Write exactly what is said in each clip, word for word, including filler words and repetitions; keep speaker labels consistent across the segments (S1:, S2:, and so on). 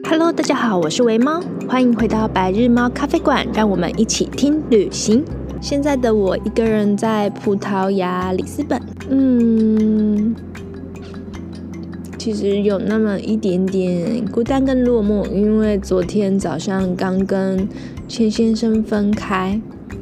S1: Hello， 大家好，我是维猫，欢迎回到白日猫咖啡馆，让我们一起听旅行。现在的我一个人在葡萄牙里斯本，嗯，其实有那么一点点孤单跟落寞，因为昨天早上刚跟钱先生分开，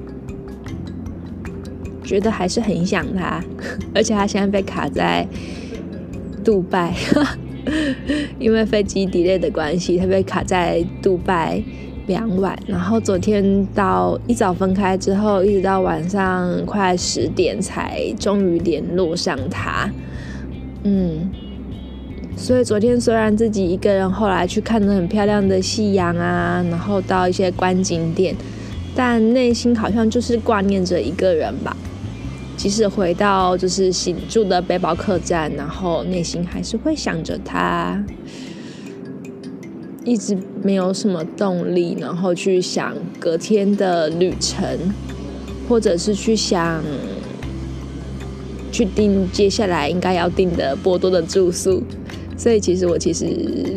S1: 觉得还是很想他，而且他现在被卡在杜拜。因为飞机 delay 的关系，他被卡在杜拜两晚，然后昨天到一早分开之后，一直到晚上快十点才终于联络上他。嗯，所以昨天虽然自己一个人后来去看了很漂亮的夕阳啊，然后到一些观景点，但内心好像就是挂念着一个人吧。即使回到就是新住的背包客栈，然后内心还是会想着他，一直没有什么动力，然后去想隔天的旅程，或者是去想去订接下来应该要订的波多的住宿。所以其实我其实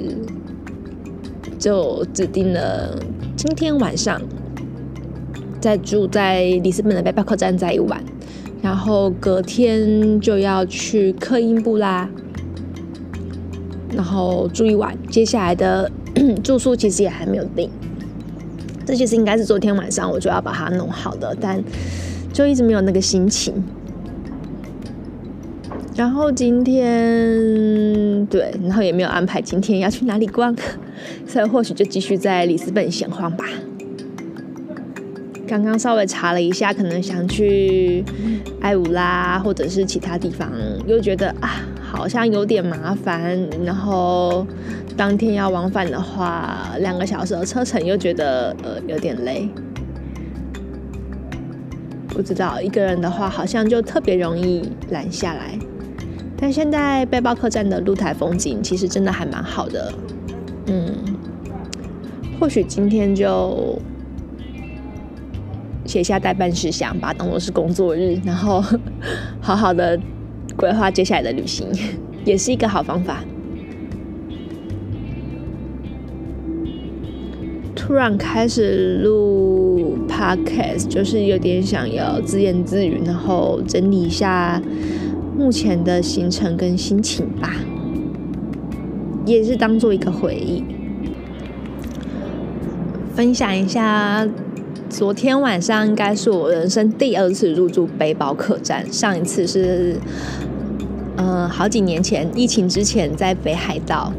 S1: 就只订了今天晚上再住在里斯本的背包客栈再一晚，然后隔天就要去克因布拉，然后住一晚。接下来的住宿其实也还没有定，这其实应该是昨天晚上我就要把它弄好的，但就一直没有那个心情。然后今天对，然后也没有安排今天要去哪里逛，所以或许就继续在里斯本闲晃吧。刚刚稍微查了一下，可能想去埃武拉或者是其他地方，又觉得啊好像有点麻烦，然后当天要往返的话，两个小时的车程又觉得呃有点累。不知道一个人的话，好像就特别容易懒下来。但现在背包客栈的露台风景其实真的还蛮好的，嗯，或许今天就写下待办事项，把它当作是工作日，然后好好的规划接下来的旅行，也是一个好方法。突然开始录 podcast， 就是有点想要自言自语，然后整理一下目前的行程跟心情吧，也是当做一个回忆，分享一下。昨天晚上应该是我人生第二次入住背包客栈，上一次是呃好几年前疫情之前在北海道。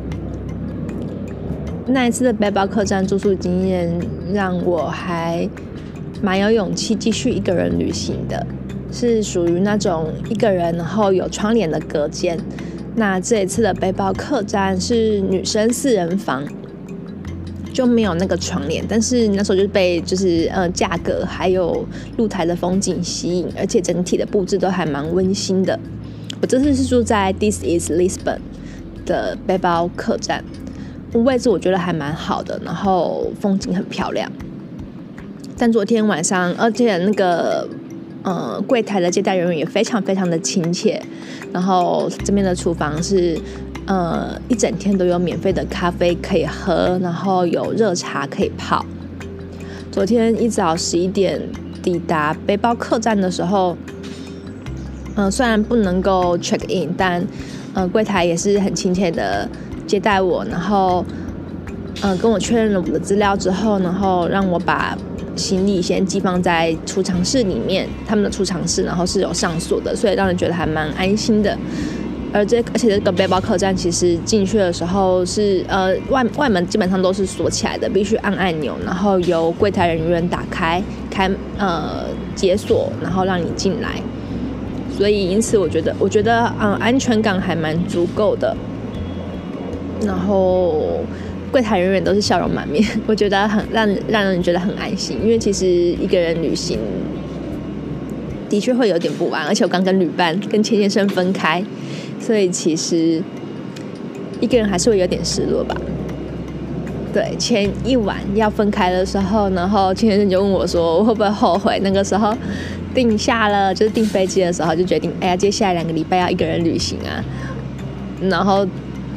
S1: 那一次的背包客栈住宿经验让我还蛮有勇气继续一个人旅行的，是属于那种一个人然后有窗帘的隔间。那这一次的背包客栈是女生四人房，就没有那个窗帘，但是那时候就被就是呃价格还有露台的风景吸引，而且整体的布置都还蛮温馨的。我这次是住在 This is Lisbon 的背包客栈，位置我觉得还蛮好的，然后风景很漂亮。但昨天晚上，而且那个呃柜台的接待人员也非常非常的亲切，然后这边的厨房是呃，一整天都有免费的咖啡可以喝，然后有热茶可以泡。昨天一早十一点抵达背包客栈的时候，呃，虽然不能够 check in， 但呃柜台也是很亲切的接待我，然后呃跟我确认了我的资料之后，然后让我把行李先寄放在储藏室里面，他们的储藏室然后是有上锁的，所以让人觉得还蛮安心的。而这而且这个背包客栈其实进去的时候是呃外外门基本上都是锁起来的，必须按按钮，然后由柜台人员打开开呃解锁，然后让你进来。所以因此我觉得我觉得嗯安全感还蛮足够的。然后柜台人员都是笑容满面，我觉得很让让人觉得很安心，因为其实一个人旅行的确会有点不安，而且我刚跟旅伴跟钱先生分开。所以其实一个人还是会有点失落吧。对，前一晚要分开的时候，然后钱先生就问我说我会不会后悔那个时候定下了就是订飞机的时候就决定哎呀接下来两个礼拜要一个人旅行啊，然后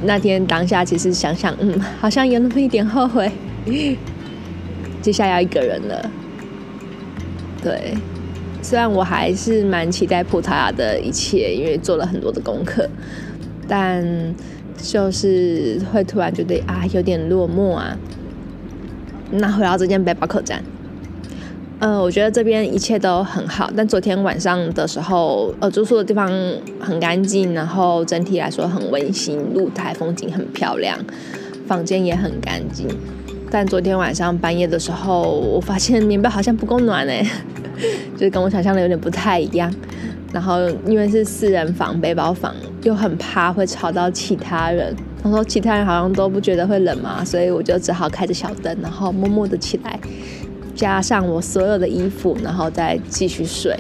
S1: 那天当下其实想想，嗯，好像有那么一点后悔，接下来要一个人了。对，虽然我还是蛮期待葡萄牙的一切，因为做了很多的功课，但就是会突然觉得啊，有点落寞啊。那回到这间背包客栈，呃，我觉得这边一切都很好，但昨天晚上的时候，呃，住宿的地方很干净，然后整体来说很温馨，露台风景很漂亮，房间也很干净。但昨天晚上半夜的时候，我发现棉被好像不够暖哎，就是跟我想象的有点不太一样。然后因为是四人房背包房，又很怕会吵到其他人。他说其他人好像都不觉得会冷嘛，所以我就只好开着小灯，然后默默的起来，加上我所有的衣服，然后再继续睡。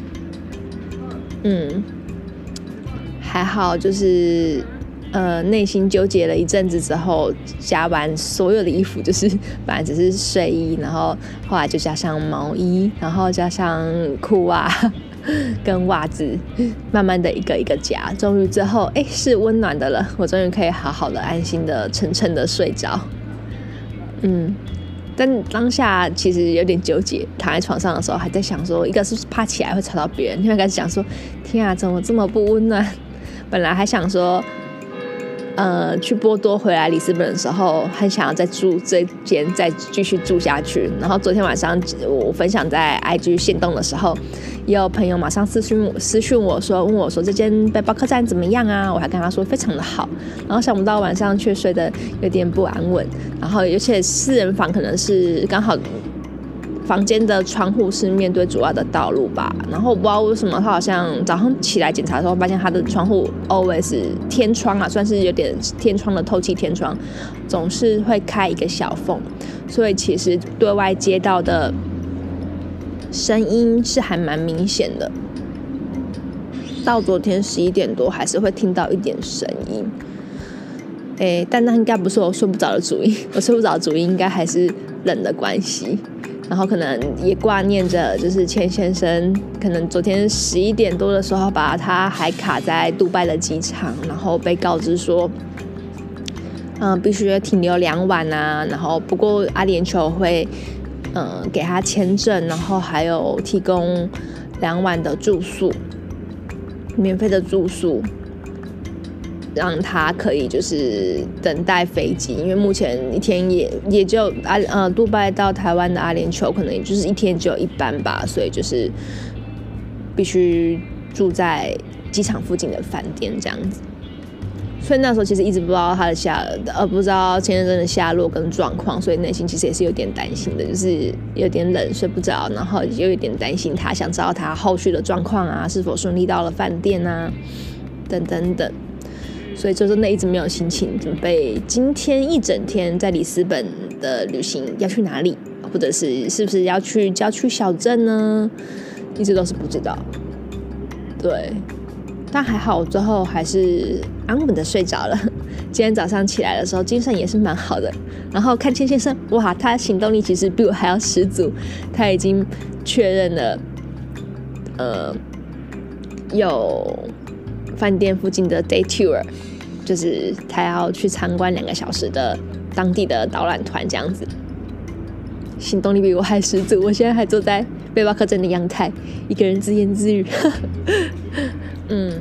S1: 嗯，还好就是呃内心纠结了一阵子之后，加完所有的衣服，就是本来只是睡衣，然后后来就加上毛衣，然后加上裤袜跟袜子，慢慢的一个一个夹，终于最后哎是温暖的了，我终于可以好好的安心的沉沉的睡着。嗯，但当下其实有点纠结，躺在床上的时候还在想说，一个是怕起来会吵到别人，另外一个是想说天啊怎么这么不温暖。本来还想说呃，去波多回来里斯本的时候，很想要再住这间，再继续住下去。然后昨天晚上我分享在 I G 限动的时候，也有朋友马上私讯私讯我说，问我说这间背包客栈怎么样啊？我还跟他说非常的好。然后想不到晚上却睡得有点不安稳，然后而且四人房可能是刚好房间的窗户是面对主要的道路吧，然后我不知道为什么他好像早上起来检查的时候发现他的窗户 always 天窗啊，算是有点天窗的透气天窗，总是会开一个小缝，所以其实对外街道的声音是还蛮明显的，到昨天十一点多还是会听到一点声音。诶，但那应该不是我睡不着的主因，我睡不着的主因应该还是冷的关系。然后可能也挂念着，就是钱先生可能昨天十一点多的时候吧，他还卡在杜拜的机场，然后被告知说，嗯、呃，必须停留两晚啊。然后不过阿联酋会，嗯、呃，给他签证，然后还有提供两晚的住宿，免费的住宿。让他可以就是等待飞机，因为目前一天也也就阿呃杜拜到台湾的阿联酋可能也就是一天只有一班吧，所以就是必须住在机场附近的饭店这样子。所以那时候其实一直不知道他的下呃不知道钱先生的下落跟状况，所以内心其实也是有点担心的，就是有点冷睡不着，然后也有点担心他，想知道他后续的状况啊，是否顺利到了饭店啊，等等等。所以就真的一直没有心情准备今天一整天在里斯本的旅行要去哪里，或者是是不是要去郊区小镇呢？一直都是不知道。对，但还好，我最后还是安稳的睡着了。今天早上起来的时候，精神也是蛮好的。然后看钱先生，哇，他行动力其实比我还要十足。他已经确认了，呃，有饭店附近的 day tour， 就是他要去参观两个小时的当地的导览团，这样子。行动力比我还十足。我现在还坐在背包客栈的阳台，一个人自言自语。嗯。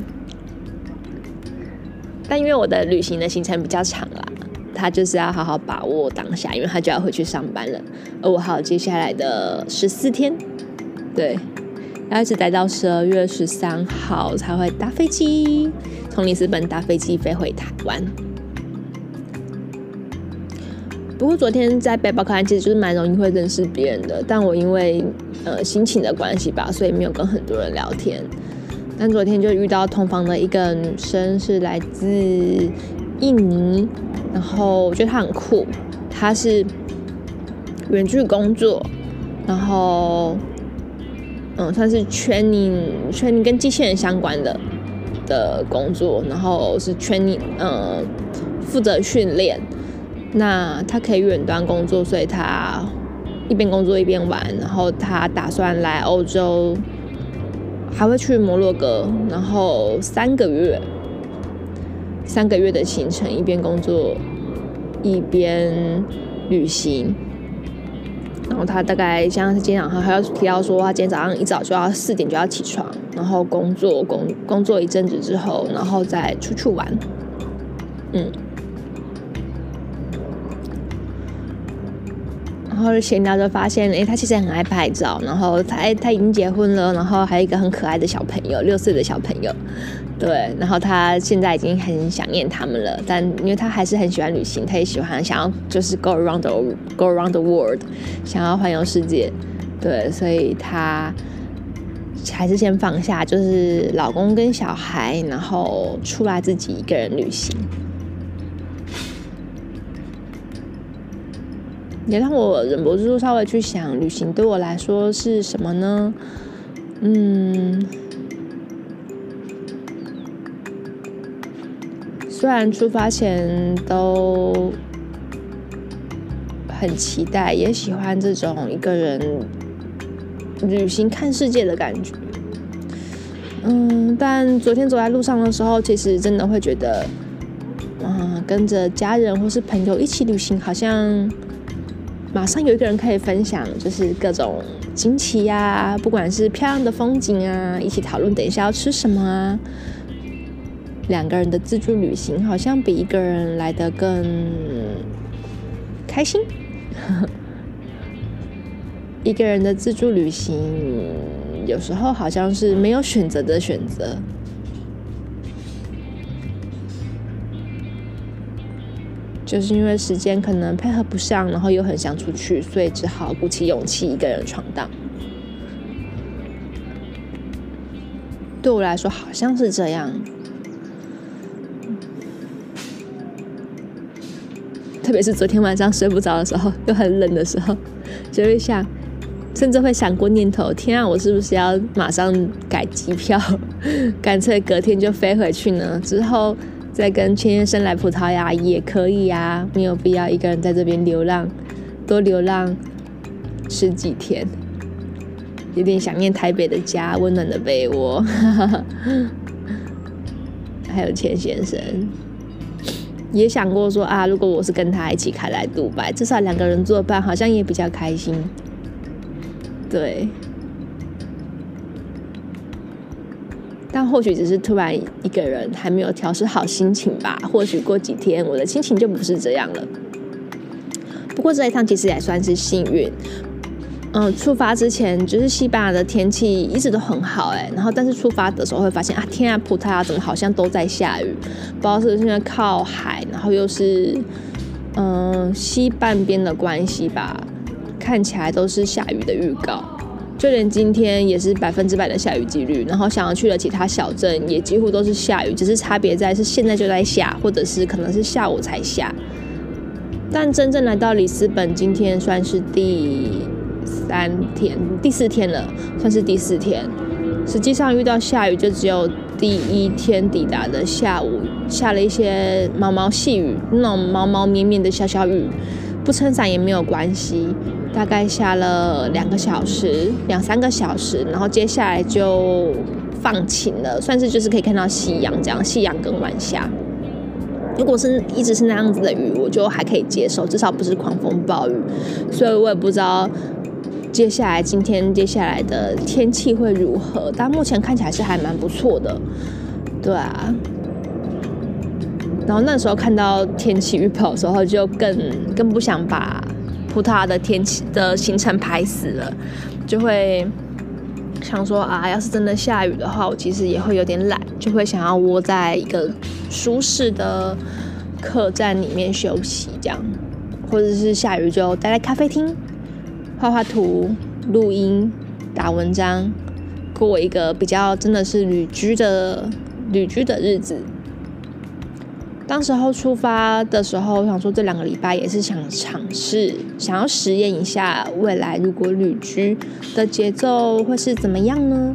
S1: 但因为我的旅行的行程比较长啦，他就是要好好把握当下，因为他就要回去上班了，而我还有接下来的十四天，对，要一直待到十二月十三号才会搭飞机，从里斯本搭飞机飞回台湾。不过昨天在背包客栈其实就是蛮容易会认识别人的，但我因为呃心情的关系吧，所以没有跟很多人聊天。但昨天就遇到同房的一个女生，是来自印尼，然后我觉得她很酷，她是远距工作，然后嗯算是 training training 跟机器人相关的的工作，然后是 training 嗯负责训练。那她可以远端工作，所以她一边工作一边玩，然后她打算来欧洲。还会去摩洛哥，然后三个月。 三个月的行程，一边工作一边旅行。然后他大概像今天早上还要提到说，他今天早上一早就要四点就要起床，然后工作工工作一阵子之后，然后再出去玩。嗯，然后闲聊就发现，哎，他其实很爱拍照，然后他他已经结婚了，然后还有一个很可爱的小朋友，六岁的小朋友。对，然后他现在已经很想念他们了，但因为他还是很喜欢旅行，他也喜欢想要就是 go around the go around the world， 想要环游世界。对，所以他还是先放下，就是老公跟小孩，然后出来自己一个人旅行。也让我忍不住稍微去想，旅行对我来说是什么呢？嗯。虽然出发前都很期待，也喜欢这种一个人旅行看世界的感觉，嗯，但昨天走在路上的时候，其实真的会觉得，嗯，跟着家人或是朋友一起旅行，好像马上有一个人可以分享，就是各种惊奇啊，不管是漂亮的风景啊，一起讨论等一下要吃什么啊。两个人的自助旅行好像比一个人来得更开心。一个人的自助旅行有时候好像是没有选择的选择，就是因为时间可能配合不上，然后又很想出去，所以只好鼓起勇气一个人闯荡。对我来说好像是这样。特别是昨天晚上睡不着的时候，又很冷的时候，就会想，甚至会闪过念头：天啊，我是不是要马上改机票，干脆隔天就飞回去呢？之后再跟千先生来葡萄牙也可以啊，没有必要一个人在这边流浪，多流浪十几天。有点想念台北的家，温暖的被窝，还有千先生。也想过说啊，如果我是跟他一起开来杜拜，至少两个人作伴，好像也比较开心。对，但或许只是突然一个人还没有调试好心情吧，或许过几天我的心情就不是这样了。不过这一趟其实也算是幸运。嗯，出发之前就是西班牙的天气一直都很好哎、欸，然后但是出发的时候会发现啊，天啊，葡萄牙怎么好像都在下雨？不知道是不是因为靠海，然后又是嗯西半边的关系吧，看起来都是下雨的预告。就连今天也是百分之百的下雨几率，然后想要去的其他小镇也几乎都是下雨，只是差别在是现在就在下，或者是可能是下午才下。但真正来到里斯本，今天算是第三天第四天了，算是第四天。实际上遇到下雨就只有第一天抵达的下午下了一些毛毛细雨，那种毛毛绵绵的小小雨，不撑伞也没有关系，大概下了两个小时两三个小时，然后接下来就放晴了，算是就是可以看到夕阳，这样夕阳跟晚霞。如果是一直是那样子的雨，我就还可以接受，至少不是狂风暴雨。所以我也不知道接下来今天接下来的天气会如何，但目前看起来是还蛮不错的，对啊。然后那时候看到天气预报的时候，就更更不想把葡萄牙的天气的行程排死了，就会想说啊，要是真的下雨的话，我其实也会有点懒，就会想要窝在一个舒适的客栈里面休息，这样，或者是下雨就待在咖啡厅。画画图、录音、打文章，过一个比较真的是旅居的旅居的日子。当时候出发的时候，我想说这两个礼拜也是想尝试，想要实验一下未来如果旅居的节奏会是怎么样呢？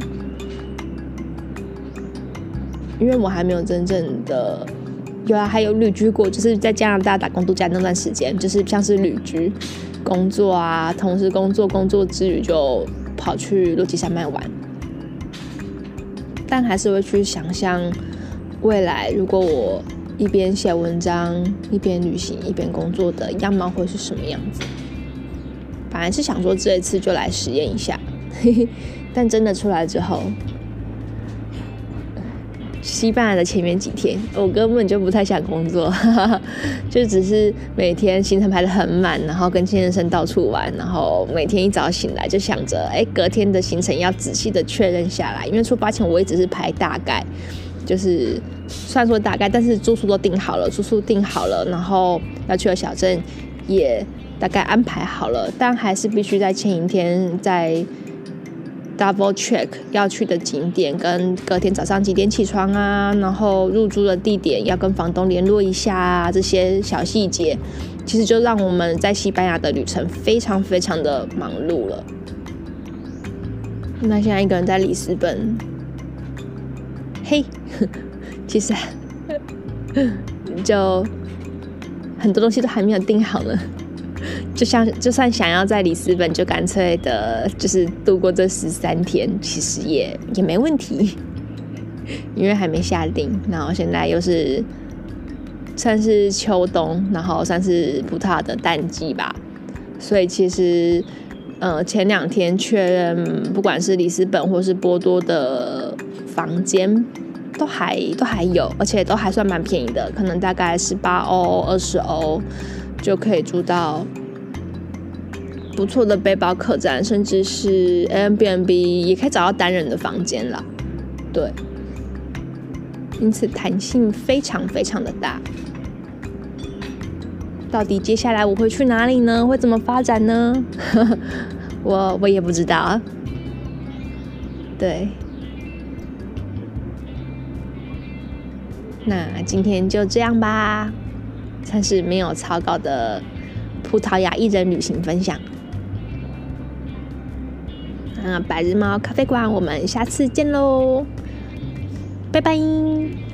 S1: 因为我还没有真正的有啊，还有旅居过，就是在加拿大打工度假那段时间，就是像是旅居。工作啊，同时工作，工作之余就跑去落基山脉玩，但还是会去想象未来，如果我一边写文章一边旅行一边工作的样貌会是什么样子。本来是想说这一次就来实验一下，嘿嘿，但真的出来之后，西班牙的前面几天我根本就不太想工作，哈哈，就只是每天行程排得很满，然后跟先生到处玩，然后每天一早醒来就想着哎，隔天的行程要仔细的确认下来，因为出发前我也只是排大概，就是虽然说大概，但是住宿都订好了，住宿订好了，然后要去的小镇也大概安排好了，但还是必须在前一天在 double check 要去的景点跟隔天早上几点起床啊，然后入住的地点要跟房东联络一下啊，这些小细节其实就让我们在西班牙的旅程非常非常的忙碌了。那现在一个人在里斯本，嘿，其实就很多东西都还没有定好呢，就像就算想要在里斯本就干脆的就是度过这十三天，其实也也没问题，因为还没下定，然后现在又是算是秋冬，然后算是葡萄的淡季吧，所以其实呃前两天确认不管是里斯本或是波多的房间都还都还有，而且都还算蛮便宜的，可能大概十八欧、二十欧就可以住到不错的背包客栈，甚至是 Airbnb 也可以找到单人的房间啦。对，因此弹性非常非常的大。到底接下来我会去哪里呢？会怎么发展呢？我我也不知道。对。那今天就这样吧，算是没有草稿的葡萄牙一人旅行分享。那白日猫咖啡馆，我们下次见喽，拜拜。